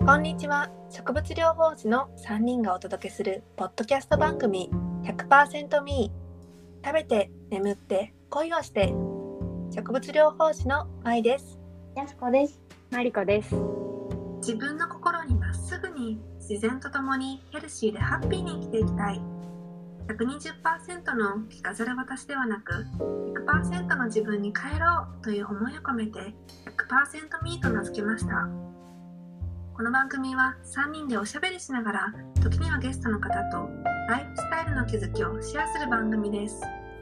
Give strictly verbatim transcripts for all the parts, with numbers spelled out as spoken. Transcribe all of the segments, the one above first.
こんにちは。植物療法士のさんにんがお届けするポッドキャスト番組 ひゃくパーセント ミー。食べて眠って恋をして。植物療法士のまいです。 やすこです。 まりこです。 自分の心にまっすぐに、自然とともにヘルシーでハッピーに生きていきたい。 ひゃくにじゅっパーセント の着飾る私ではなく ひゃくパーセント の自分に帰ろうという思いを込めて ひゃくパーセント ミーと名付けました。この番組はさんにんでおしゃべりしながら、時にはゲストの方とライフスタイルの気づきをシェアする番組です。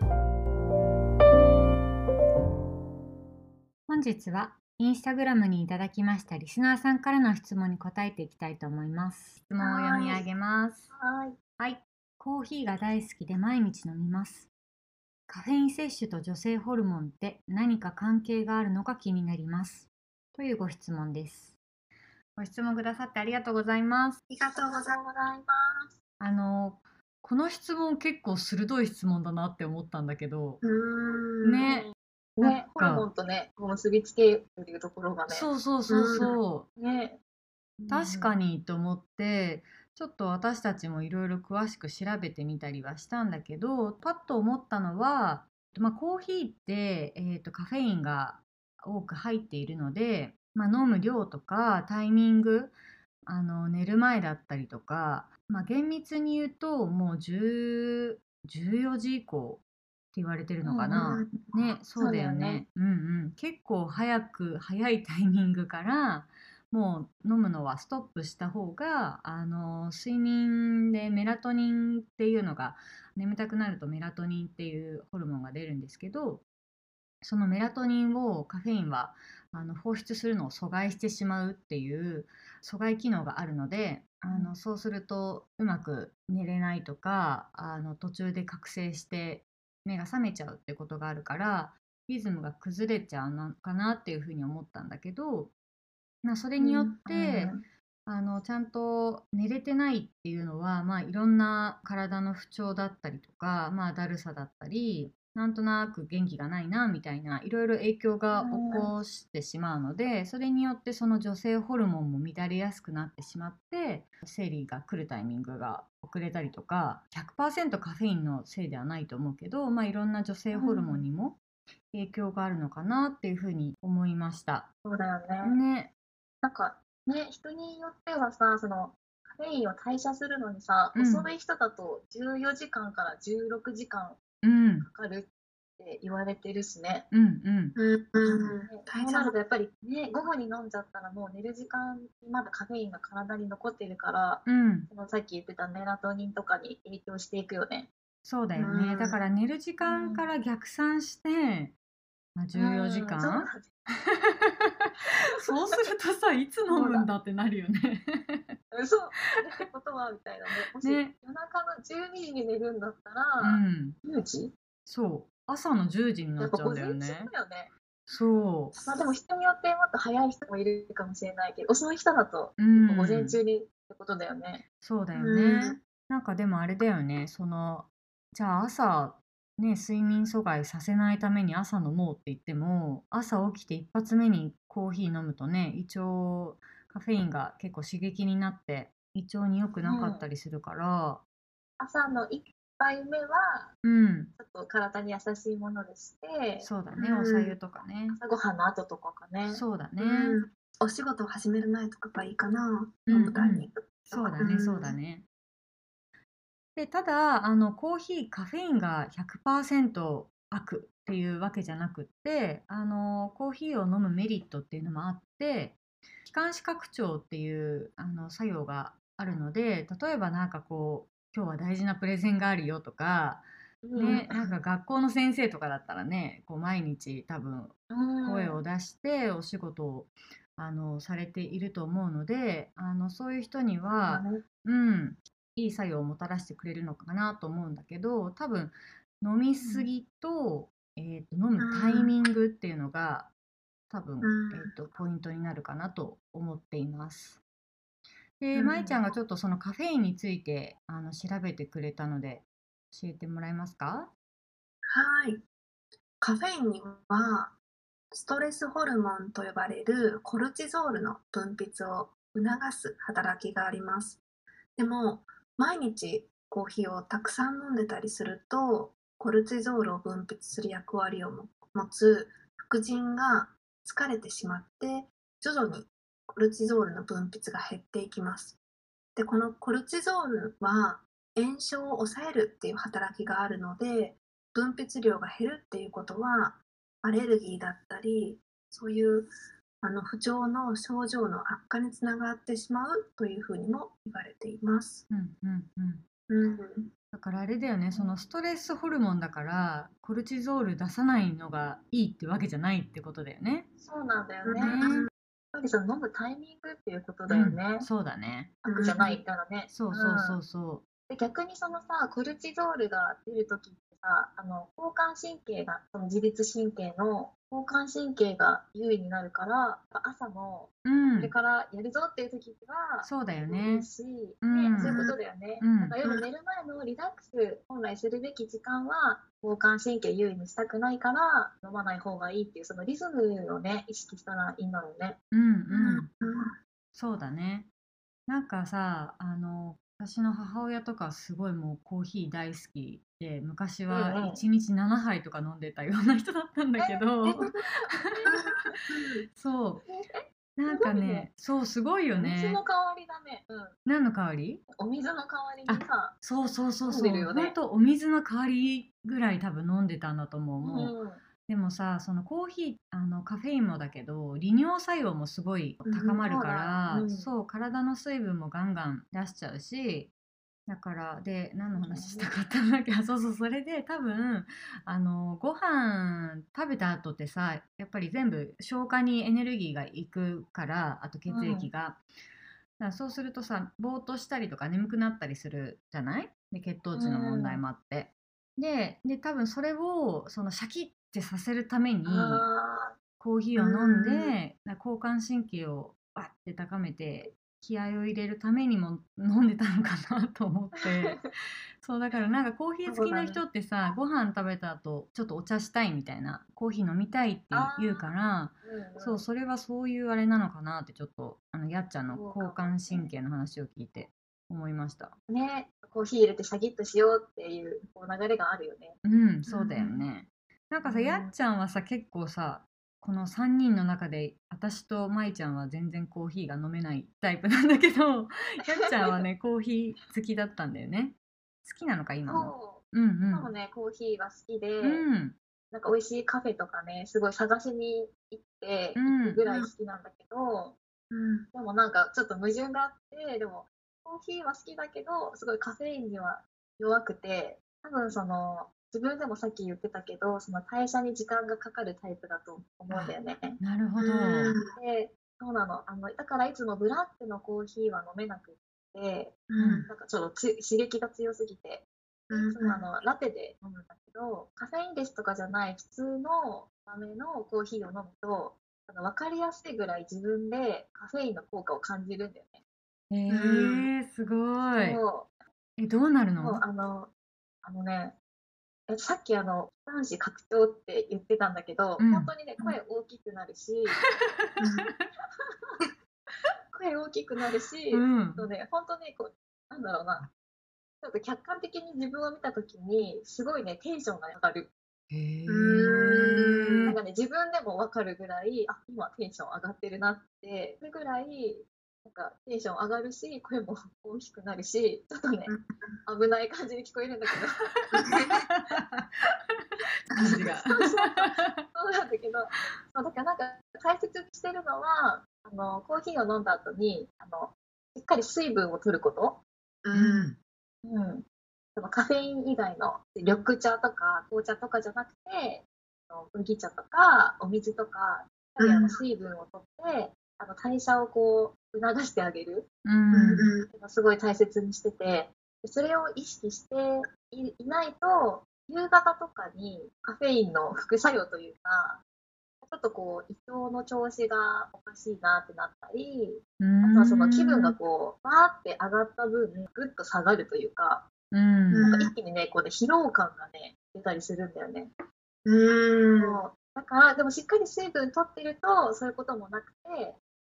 本日はインスタグラムにいただきましたリスナーさんからの質問に答えていきたいと思います。質問を読み上げます。 はい。 はい。コーヒーが大好きで毎日飲みます。カフェイン摂取と女性ホルモンって何か関係があるのか気になります。というご質問です。ご質問くださってありがとうございます。 ありがとうございます。 あのこの質問結構鋭い質問だなって思ったんだけど、 うーんね、 ね、ホルモンとね、結びつけるっていうところがね。 そうそうそうそう、 ね、 確かにと思って、ちょっと私たちもいろいろ詳しく調べてみたりはしたんだけど、パッと思ったのは、まあ、コーヒーって、えーと、カフェインが多く入っているので、まあ、飲む量とかタイミング、あの寝る前だったりとか、まあ、厳密に言うともうじゅう、じゅうよじ以降って言われてるのかな、 うんね、そうだよね。うんうん、結構早く早いタイミングからもう飲むのはストップした方が、あの睡眠でメラトニンっていうのが、眠たくなるとメラトニンっていうホルモンが出るんですけど、そのメラトニンをカフェインはあの放出するのを阻害してしまうっていう阻害機能があるので、あのそうするとうまく寝れないとか、あの途中で覚醒して目が覚めちゃうってことがあるから、リズムが崩れちゃうのかなっていうふうに思ったんだけど、まあ、それによって、あのちゃんと寝れてないっていうのは、まあ、いろんな体の不調だったりとか、まあ、だるさだったり、なんとなく元気がないなみたいないろいろ影響が起こしてしまうので、それによってその女性ホルモンも乱れやすくなってしまって、生理が来るタイミングが遅れたりとか、ひゃくパーセント カフェインのせいではないと思うけど、まあ、いろんな女性ホルモンにも影響があるのかなっていうふうに思いました。 そうだよね。 ね。 なんかね、人によってはさ、そのカフェインを代謝するのにさ、 うん遅い人だとじゅうよじかんからじゅうろくじかうん、 んかかるって言われてるしね。 うんうんうんうんねそうなるとやっぱりね、午後に飲んじゃったらもう寝る時間にまだカフェインが体に残ってるから、 うんそのさっき言ってたメラトニンとかに影響していくよね。 そうだよね。 うんだから寝る時間から逆算して、まあ、じゅうよじかん、 うんそうなんだそうするとさ、いつ飲むんだってなるよね。 うんそうってことはみたいなね。もしね、 夜中のじゅうにじに寝るんだったうら、 ん、 じゅうじそう、朝のじゅうじになやっぱっちゃうんだよ午前中ね。 だよね。 そまあでも人によってもっと早い人もいるかもしれないけど、遅い人だとう、 やっぱ午前ん、 中にってことだよね。 そうだようんね。なんかでもあれだよね、その、じゃあ朝、ね、睡眠阻害させないために朝飲もうって言っても、朝起きて一発目にコーヒー飲むとね、胃腸、カフェインが結構刺激になって胃腸に良くなかったりするから、 朝のいっぱいめはうん、 ちょっと体に優しいものでして、 そうだね、 うんおさゆとかね。 朝ごはんの後とかかね。 そうだね。 うんお仕事を始める前とかがいいかな、 うん飲むタイミングとか。 そうだね、そうだね。で、ただ、あの、コーヒー、カフェインがひゃくパーセント悪っていうわけじゃなくって、あの、コーヒーを飲むメリットっていうのもあって、気管支拡張っていうあの作用があるので、例えばなんかこう、今日は大事なプレゼンがあるよとか、 うんね、なんか学校の先生とかだったらね、こう毎日多分声を出してお仕事をあのされていると思うので、あのそういう人には、うん、いい作用をもたらしてくれるのかなと思うんだけど、多分飲みすぎと、えーと飲むタイミングっていうのが多分、 うんえーとポイントになるかなと思っています。で、 うんまいちゃんがちょっとそのカフェインについてあの調べてくれたので教えてもらえますか？ はい。カフェインにはストレスホルモンと呼ばれるコルチゾールの分泌を促す働きがあります。でも、毎日コーヒーをたくさん飲んでたりすると、コルチゾールを分泌する役割をも持つ副腎が疲れてしまって、徐々にコルチゾールの分泌が減っていきます。で、このコルチゾールは炎症を抑えるっていう働きがあるので、分泌量が減るっていうことは、アレルギーだったり、そういうあの不調の症状の悪化につながってしまうというふうにも言われています。 うんうんうん。 うん、 だからあれだよね、そのストレスホルモンだからコルチゾール出さないのがいいってわけじゃないってことだよね。 そうなんだよね。 ね。 やっぱりその飲むタイミングっていうことだうん、 よね。 そうだね。 悪じゃないからね。 そうそうそうそで逆にそのさ、コルチゾールが出るときってさ、あの交感神経が、その自律神経の交感神経が優位になるから、朝のう。うこれん、 からやるぞっていうときは、 そうだよいいね。 し、 うね、 ん、 そういうことだよね。 うん、 だから夜寝る前のリラックス、本来するべき時間は、交感神経優位にしたくないから、飲まない方がいいっていう、そのリズムをね、意識したらいいんだろうね。 うん、 うん、 うん。 うん、 そうだね。なんかさ、あの、私の母親とかすごいもうコーヒー大好きで、昔うんはうん。 いちにちななはいとか飲んでたような人だったんだけど、そう、 すなんかごいね。 ね、そう、すごいよお水ね。 の代わりだね。うん。 何の代わり？ お水の代わりあ、 にさ、 そうそうそう飲んでそう、 るよね。 ほんとお水の代わりぐらい多分飲んでたんだと思う、 うもう。 ん。 でもさ、そのコーヒー、あのカフェインもだけど、利尿作用もすごい高まるかそうだ。うら、 ん。 そう、体の水分もガンガン出しちゃうし、だから、で、何のそうだよね。 話したかったんだっけ？あ、そうそう、それで多分、あの、ご飯食べた後ってさ、やっぱり全部消化にエネルギーがいくから、あと血うん。 液が。だからそうするとさ、ぼーっとしたりとか眠くなったりするじゃない？で、血糖う値の問題ん。 もあって。で、で、多分それを、そのシャキッてさせるために、 あコーヒうーを飲んん、 で、な交感神経をバッて高めて、気合を入れるためにも飲んでたのかなと思って。 あ。 そう、だからなんかコーヒー好そうだね。 きな人ってさ、ご飯食べた後、ちょっとお茶したいみたいな、コーヒー飲みたいってあ言うから、 あ。うんそう、 うん。 それはそういうあれなのかなってちょっと、あの、やっちゃんのそうかも交感神ね。 経の話を聞いて思いました。 ね、コーヒー入れてシャキッとしようっていうこう流れがあるよね。 うん、 うそうだよん、 ね。なんかさ、やっうん。 ちゃんはさ、結構さ、このさんにんの中で、私とまいちゃんは全然コーヒーが飲めないタイプなんだけど、やっちゃんはね、コーヒー好きだったんだよね。好きなのか、今も。 そう。 うん今もね、コーヒーが好きうん。 で、 うん。 なんか美味しいカフェとかね、すごい探しに行っうて行くん。 ぐらい好きなんだけど、 うん、 でもなんかちょっと矛盾があって、でもコーヒーは好きだけど、すごいカフェインには弱くて、多分その、自分でもさっき言ってたけど、その代謝に時間がかかるタイプだと思うんだあ、 よね。 なるほうど。 ん、 で、そうなの。あの、だからいつもブラックのコーヒーは飲めなくって、 ううん。 ん、 なんかちょっとつ刺激が強すぎて、 うでいつもあん、 のラテで飲むんだけど、カフェインレスとかじゃない普通の豆のコーヒーを飲むと、あの分かりやすいぐらい自分でカフェインの効果を感じるんだよね。 えうん、 ー、すごい。 そう、 え、どうなるそう、 の？ あの、あのね、えさっきあの、男子格闘って言ってたんだけど、本うん。 当にね、声大きくなるし、 うん、 声大きくなるし、 うん。 とね、本当にこう、なんだろうな、ちょっと客観的に自分を見たときに、すごいね、テンションが上がる。 へうえ。 なんかね、自分でもわかるぐらい、あ、今テンション上がってるなって、それぐらい、なんかテンション上がるし、声も大きくなるし、ちょっとね、 うん、 危ない感じに聞こえるんだけど、 感じが。 そうそうそう、そうなんだけど、そうだからなんか大切にしてるのは、あの、コーヒーを飲んだ後に、あの、しっかり水分を取ること。 ううん。 うん。そのカフェイン以外の緑茶とか紅茶とかじゃなくて、あの麦茶とかお水とか、しっかりあのん、 水分を取って、あの代謝をこう促してあげるううん。 ん、 っていうのをすごい大切にしてて、それを意識していいないと、夕方とかにカフェインの副作用というか、ちょっとこう胃腸の調子がおかしいなってなったり、 うあとはその気分ん。 がこう、バーって上がった分、ぐっと下がるというか、 うん。 なんかうん、 一気にね、こうね、疲労感がね、出たりするんだよね。 うん、 そう。だから、でもしっかり水分取ってると、そういうこともなくて、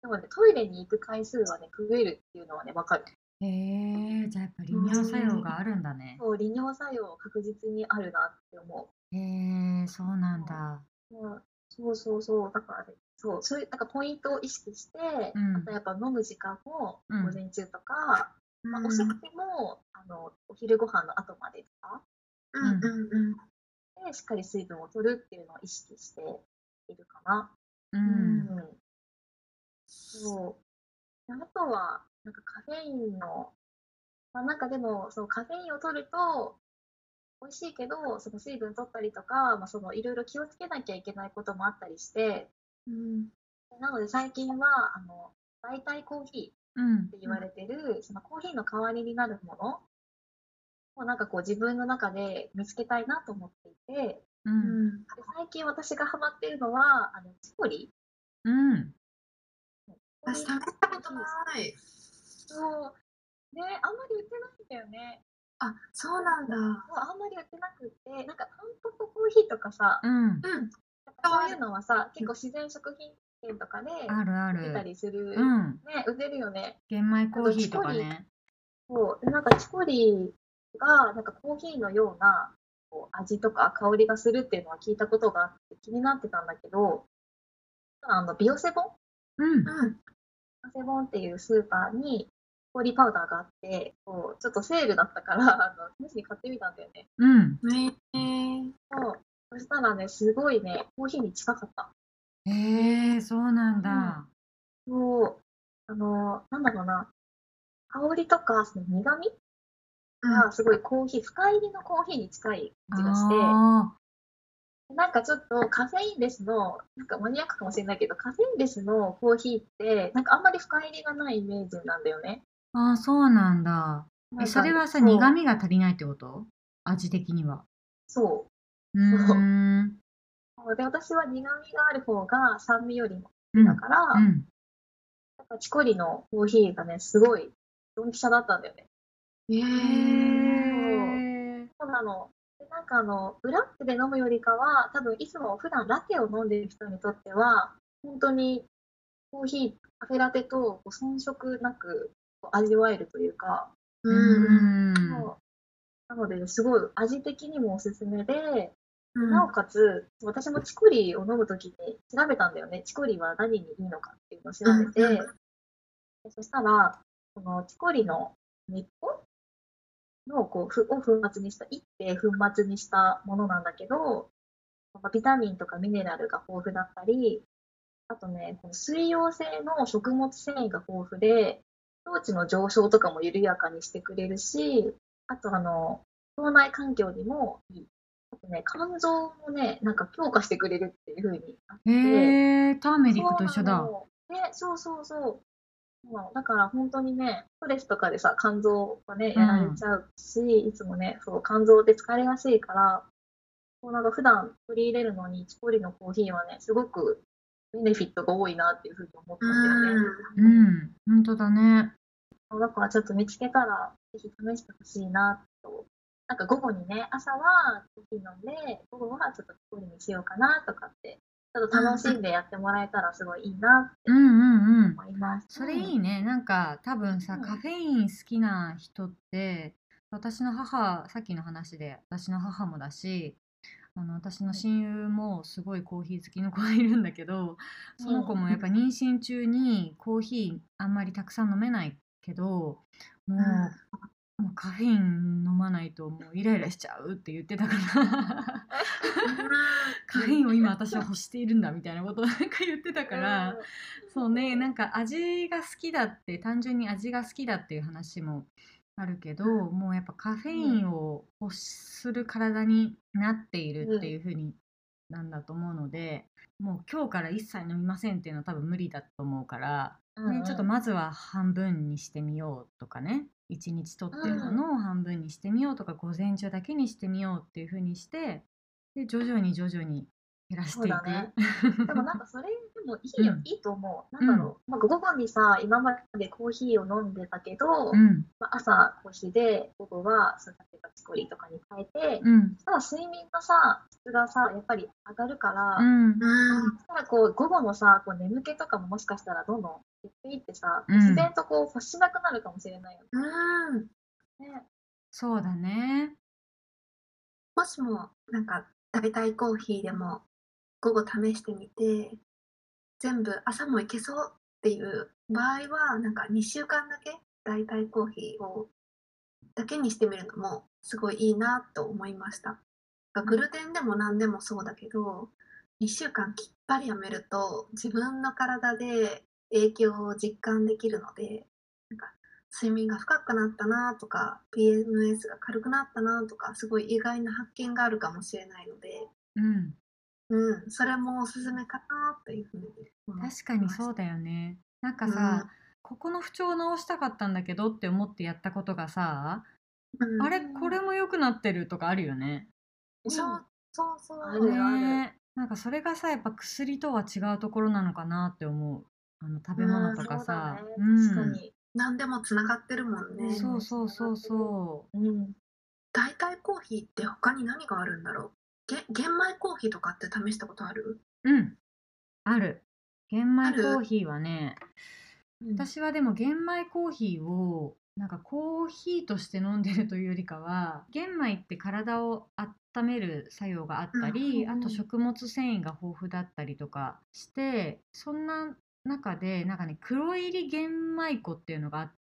でもね、トイレに行く回数はね、増えるっていうのはね、わかる。 へえ、じゃあやっぱ利尿作用があるんだね。 そう、利尿作用確実にあるなって思へえ、そうなんだ。 う。まあ、そうそうそう、だからね、そう、そういう、なんかポイントを意識して、 うんあとやっぱ飲む時間もうん午前中とか、まあ、お食事も、あの、お昼ご飯の後までとか、 うんうんうんで、しっかり水分を取るっていうのを意識しているかな。 ううんん。そう。であとは、なんかカフェインの、まあ、なんかでも、そのカフェインを取ると、美味しいけど、その水分取ったりとか、まあ、そのいろいろ気をつけなきゃいけないこともあったりして、 うんなので最近は、あの、代替コーヒーっうんて言われてる、そのコーヒーの代わりになるものをなんかこう自分の中で見つけたいなと思っていて、 ううんんで最近私がハマっているのは、あの、チコリうんコリ私試したことない。 そう、ね、あんまり売ってないんだよね。 あ、そうなんだ。 そうあんまり売ってなくって、なんかタンポポコーヒーとかさ、 うんうん。 なんかそういうのはさ、結構自然食品店とかであるあ売ってたる。 りする、 うんね、売ってるよね。 玄米あとコーヒーとチコリー、 かね。 そう、でなんかチコリーがなんかコーヒーのようなこう味とか香りがするっていうのは聞いたことがあって気になってたんだけど、あのビオセボンうんうん。 ビオセボンっていうスーパーに氷パウダーがあって、こうちょっとセールだったから、あの試しに買ってみたんだよね。 うんねえ。 そうそしたらね、すごいね、コーヒーに近かった。 へえ、そうなんうん、 だ。 そう、あの、なんだろうな、香りとかその苦味うんがすごいコーヒー、深入りのコーヒーに近いあ味がして、 あ、 なんかちょっとカフェインレスの、なんかマニアックかもしれないけど、カフェインレスのコーヒーって、なんかあんまり深入りがないイメージなんだよね。 ああ、そうなんだ。え、 なんか、 それはさ、苦そう、 味が足りないってこと？味的には。 そうーう、そう。 ん、 で、私は苦味がある方が酸味よりも好きだうん、 から、 うん。 なんかチコリのコーヒーがね、すごい、ドンピシャだったんだよね。 へへえ。 そう、 え、 そうなの。で、なんかあの、ブラックで飲むよりかは、多分いつも普段ラテを飲んでる人にとっては、本当にコーヒー、カフェラテとこう遜色なくこう味わえるというか、 うーうんん、 そうなので、すごい味的にもおすすめで、でなおうんかつ、私もチコリーを飲むときに調べたんだよね。チコリーは何にいいのかっていうのを調べて、 うんでそしたら、このチコリの根っこのこうふを粉末にした、いって粉末にしたものなんだけど、まあビタミンとかミネラルが豊富だったり、あとね、この水溶性の食物繊維が豊富で、装置の上昇とかも緩やかにしてくれるし、あとあの、腸内環境にもいい。あとね、肝臓もね、なんか強化してくれるっていう風にあって、 へえ、ターメリックそうなと一緒だ。 の。ね、そうそうそう。そうなのだから本当にね、ストレスとかでさ、肝臓がね、 うやられちん。 ゃうし、いつもね、そう、肝臓で疲れやすいから、こうなんか普段取り入れるのに、チコリのコーヒーはね、すごくベネフィットが多いなっていうふうに思っうたんだよね。 うん、ほんとだね。 だからちょっと見つけたら、ぜひ試してほしいなと。なんか午後にね、朝はコーヒー飲んで、午後はちょっとチコリにしようかなとかって、ちょっと楽しんでやってもらえたらすごいいいなってうんうんうん。 思います。 それいいね。なんか多分さ、 うんカフェイン好きな人って、私の母、さっきの話で、私の母もだし、あの私の親友もすごいコーヒー好きの子がいるんだけど、その子もやっぱ妊娠中にコーヒーあんまりたくさん飲めないけど、もう、もうカフェイン飲まないともうイライラしちゃうって言ってたからカフェインを今私は欲しているんだみたいなことをなんか言ってたから、そうね、なんか味が好きだって、単純に味が好きだっていう話もあるけど、もうやっぱカフェインを欲する体になっているっていう風になんだと思うので、もう今日から一切飲みませんっていうのは多分無理だと思うから、ね、ちょっとまずは半分にしてみようとかね、いちにちとってるのの半分にしてみようとか、午前中だけにしてみようっていう風にして、で徐々に徐々に減らしそうていく。 だね。でもなんかそれでもいいよ、 うんいいと思う。なんだろう。なんか午後にさ、今までコーヒーを飲んでたけど、 うんまあ、朝コーヒーで、午後はそう例えばチコリとかに変えて、 うんただ睡眠のさ、質がさ、やっぱり上がるかうら、 んそしたらこう午後のさ、こう眠気とかももしかしたらどんどんフェってさ、 うん自然とこう欲しなくなるかもしれないようん。 ね。ね。 そうだね。 もしも、なんか、代替コーヒーでも午後試してみて、全部朝もいけそうっていう場合は、なんかにしゅうかんだけ代替コーヒーをだけにしてみるのもすごいいいなと思いました。グルテンでも何でもそうだけど、にしゅうかんきっぱりやめると自分の体で影響を実感できるので、なんか睡眠が深くなったなとか、ピーエムエス が軽くなったなとか、すごい意外な発見があるかもしれないので、 うんうん、それもおすすめかなというふうに思い確かにました。 そうだよね。なんかうん、 さ、ここの不調を直したかったんだけどって思ってやったことがさ、 うん、 あれこれも良くなってるとかあるよね。 うん。 そう、そうそあう。 るある。 ねえ。なんかそれがさ、やっぱ薬とは違うところなのかなって思う。あの食べうん、 物とかそうだね。 さ。うん。 確かに。 何でもつながってるもんね。 そうそうそうそうん。 代替コーヒーって他に何があるんだろう。げ玄米コーヒーとかって試したことある？ う。うん。ある。玄米コーある？ ヒーはね、 うん。 私はでも玄米コーヒーをなんかコーヒーとして飲んでるというよりかは、玄米って体を温める作用があったうんり、あとうんうん。 食物繊維が豊富だったりとかして、そんな中でなんかね、黒入り玄米粉っていうのがあって、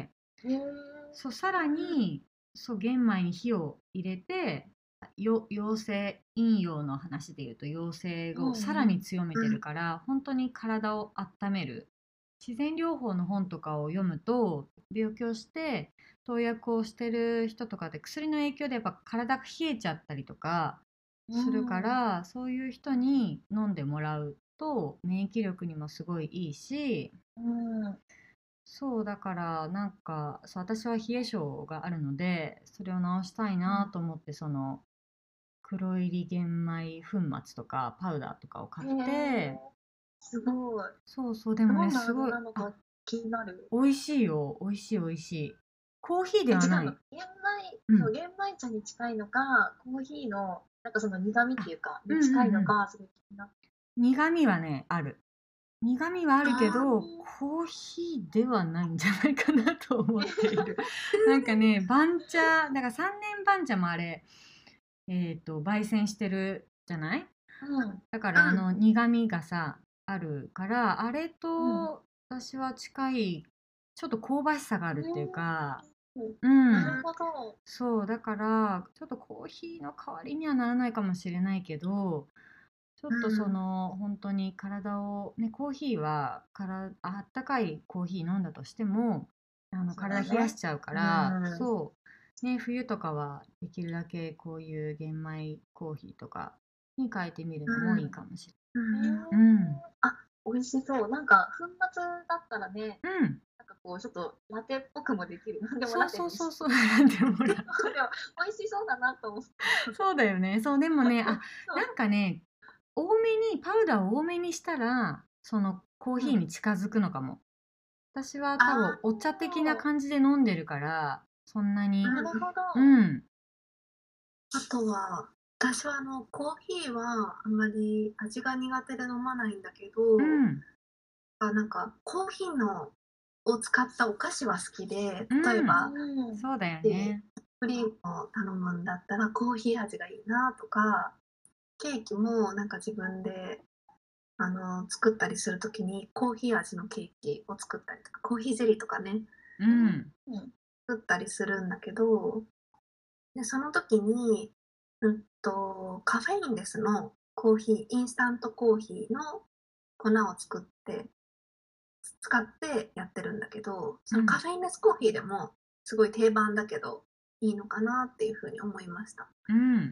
へえ。 そう、さらに、そう玄米に火を入れて、よ陽性陰陽の話で言うと陽性うをさらにんうん。 強めてうん。 るから、本当に体を温める。自然療法の本とかを読むと、病気をして投薬をしてる人とかで薬の影響でやっぱ体が冷えちゃったりとかうするかん。 ら、そういう人に飲んでもらうと免疫力にもすごいいいし、 うん。 そうだからなんかそう私は冷え性があるので、それを治したいなと思って、その黒入り玄米粉末とかパウダーとかを買へって、 え。すごい。 そうそう、でもどんな味ねすごい、あ、 なのか気になる。 美味しいよ、美味しい美味しい。コーヒーでえ、違はない。 うの。玄米、そう、 うん。 玄米茶に近いのか、コーヒーの、なんかその苦味ってあ、 いうか、 うんに近いうんうん。 のか、すごい気になって。 苦味はね、ある。苦味はあるけあど、コーヒーではないんじゃないかなと思っている。なんかね、番茶、だからさんねん番茶もあれ、えっと、焙煎してるじゃない。 うん。 だかあ、うん。 らあの苦味がさ、あるから、あれうん。 と私は近い、ちょっと香ばしさがあるっていうか、 うん。 うん。 なるほど。 そう、だから、ちょっとコーヒーの代わりにはならないかもしれないけど、ちょうっとそん。 の、本当に体を、ね、コーヒーは、からあったかいコーヒー飲んだとしても、あの、 そうだ体冷やしね。 ちゃうかうら、 ん。 そう、ね、冬とかはできるだけこういう玄米コーヒーとかに変えてみるうのもいいん。 かもしうへえ。 ん。 れない。うん。 あ、美味しそう。なんか、粉末だったらね、 うん。 なんかこう、ちょっとラテっぽくもできる。なんでもそうラテにしそうそうそう。なんでもらって。でも、美味しそうだなと思って。 そうだよね。そう、でもね、あ、 そう。 なんかね、多めに、パウダーを多めにしたら、そのコーうん。 ヒーに近づくのかも。私は多分あお茶的な感じで飲んでるから、そんなあ、 に、 なるほうど。 ん、 あとは、私はあの、コーヒーはあんまり味が苦手で飲まないんだけど、 うん、 あ、なんかコーヒーのを使ったお菓子は好きで、 うん、 例えば、 うん。 そうだよで、 ね。 クリームを頼むんだったらコーヒー味がいいなとか、ケーキもなんか自分であの作ったりするときにコーヒー味のケーキを作ったりとか、コーヒーゼリーとかね、 ううん。 ん、 うん。 作ったりするんだけど、で、その時に、うんと、カフェインレスのコーヒー、インスタントコーヒーの粉を作って使ってやってるんだけど、そのカうん、 フェインレスコーヒーでもすごい定番だけど、いいのかなっていうふうに思いました。 うん。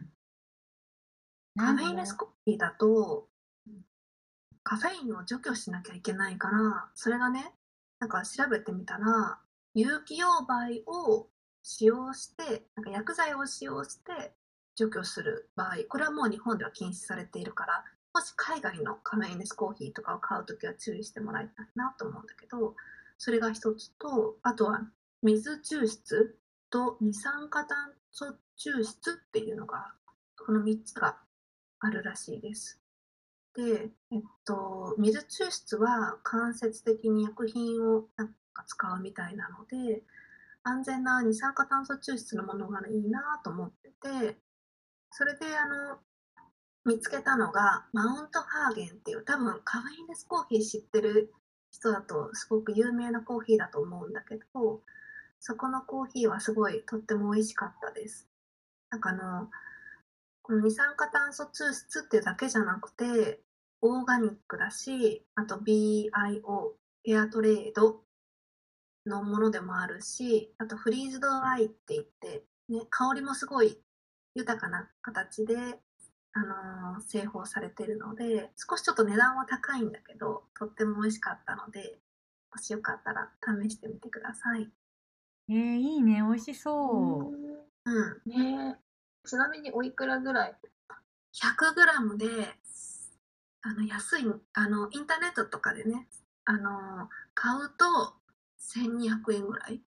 なんカフェインレスね。 コーヒーだと、カフェインを除去しなきゃいけないから、それがね、なんか調べてみたら、有機溶媒を使用して、なんか薬剤を使用して除去する場合、これはもう日本では禁止されているから、もし海外のカフェインレスコーヒーとかを買うときは注意してもらいたいなと思うんだけど、それが一つと、あとは水抽出と二酸化炭素抽出っていうのが、このみっつがあるらしいです。 で、えっと、水抽出は間接的に薬品をなんか使うみたいなので、安全な二酸化炭素抽出のものがいいなと思ってて、それであの見つけたのがマウントハーゲンっていう、多分カフェインレスコーヒー知ってる人だとすごく有名なコーヒーだと思うんだけど、そこのコーヒーはすごいとっても美味しかったです。なんかあのこの二酸化炭素抽出っていうだけじゃなくて、オーガニックだし、あと ビーアイオー、フェアトレードのものでもあるし、あとフリーズドライって言って、ね、香りもすごい豊かな形で、あのー製法されてるので、少しちょっと値段は高いんだけど、とっても美味しかったので、もしよかったら試してみてください。 えー、いいね、美味しうそうん。 ん。ねえ。ちなみにおいくらぐらい？ ひゃくグラム で、あの安い、あのインターネットとかでね、あの買うとせんにひゃくえんぐらい。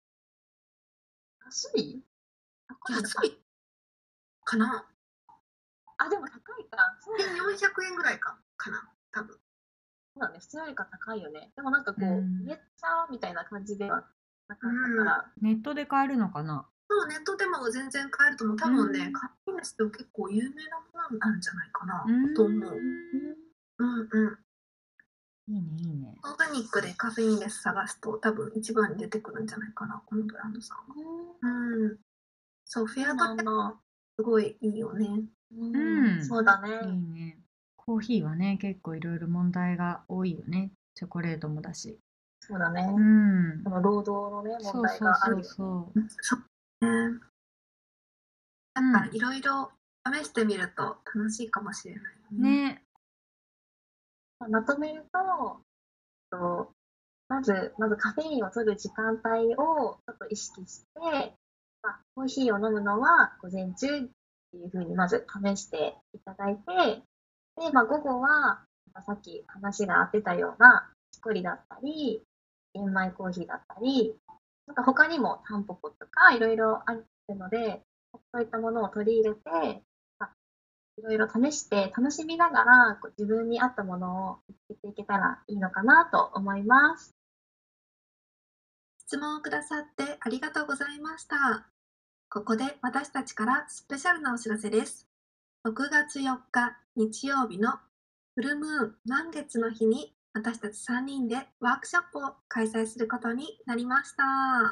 安い？高いのか。 安いかな。 あ、でも高いか。そうせんよんひゃくえんぐらいかかな、多分。 だね。普通よりか高いよね。でもなんかこう、 うんめっちゃみたいな感じではなかったうん。 から。 う。ネットで買えるのかな。 そう、ネットでも全然買えると思う。多分ね、 うんカフェインレスって結構有名なものなんじゃないかな、 うんと思う。 うんうんうん。 いいね、いいね。 オーガニックでカフェインレス探すと多分一番に出てくるんじゃないかな、このブランドさんは。うん。そう、フェアトレードすごいいいよね。 うんうんそうだいいね。 ね。コーヒーはね、結構いろいろ問題が多いよね。チョコレートもだし。 そうだね。 うんこ。の労働のね、問題そうそうそうがあるよね。 そう。 そうね。なんかいろいろ試してみると楽しいかもしれないよね。 ね。 まとめると、とまず、まずカフェインを取る時間帯をちょっと意識して、まあ、コーヒーを飲むのは午前中っていうふうにまず試していただいて、で、まあ、午後は、まあさっき話があってたような、しこりだったり、玄米コーヒーだったり、なんか他にもタンポポとかいろいろあるので、そういったものを取り入れて、まあ、いろいろ試して楽しみながらこう自分に合ったものを見つけていけたらいいのかなと思います。 質問をくださってありがとうございました。ここで私たちからスペシャルなお知らせです。ろくがつよっか日曜日のフルムーン満月の日に私たちさんにんでワークショップを開催することになりました。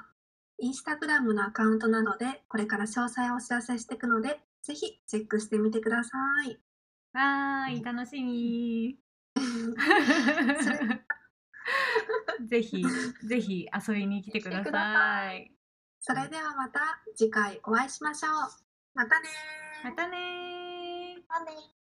インスタグラムのアカウントなどでこれから詳細をお知らせしていくので、ぜひチェックしてみてください。 わーい、楽しみ。 それぜひ、ぜひ遊びに来てくだ来てくだささい。 それではまた次回お会いしましょう。またねー。 またねー。 またね。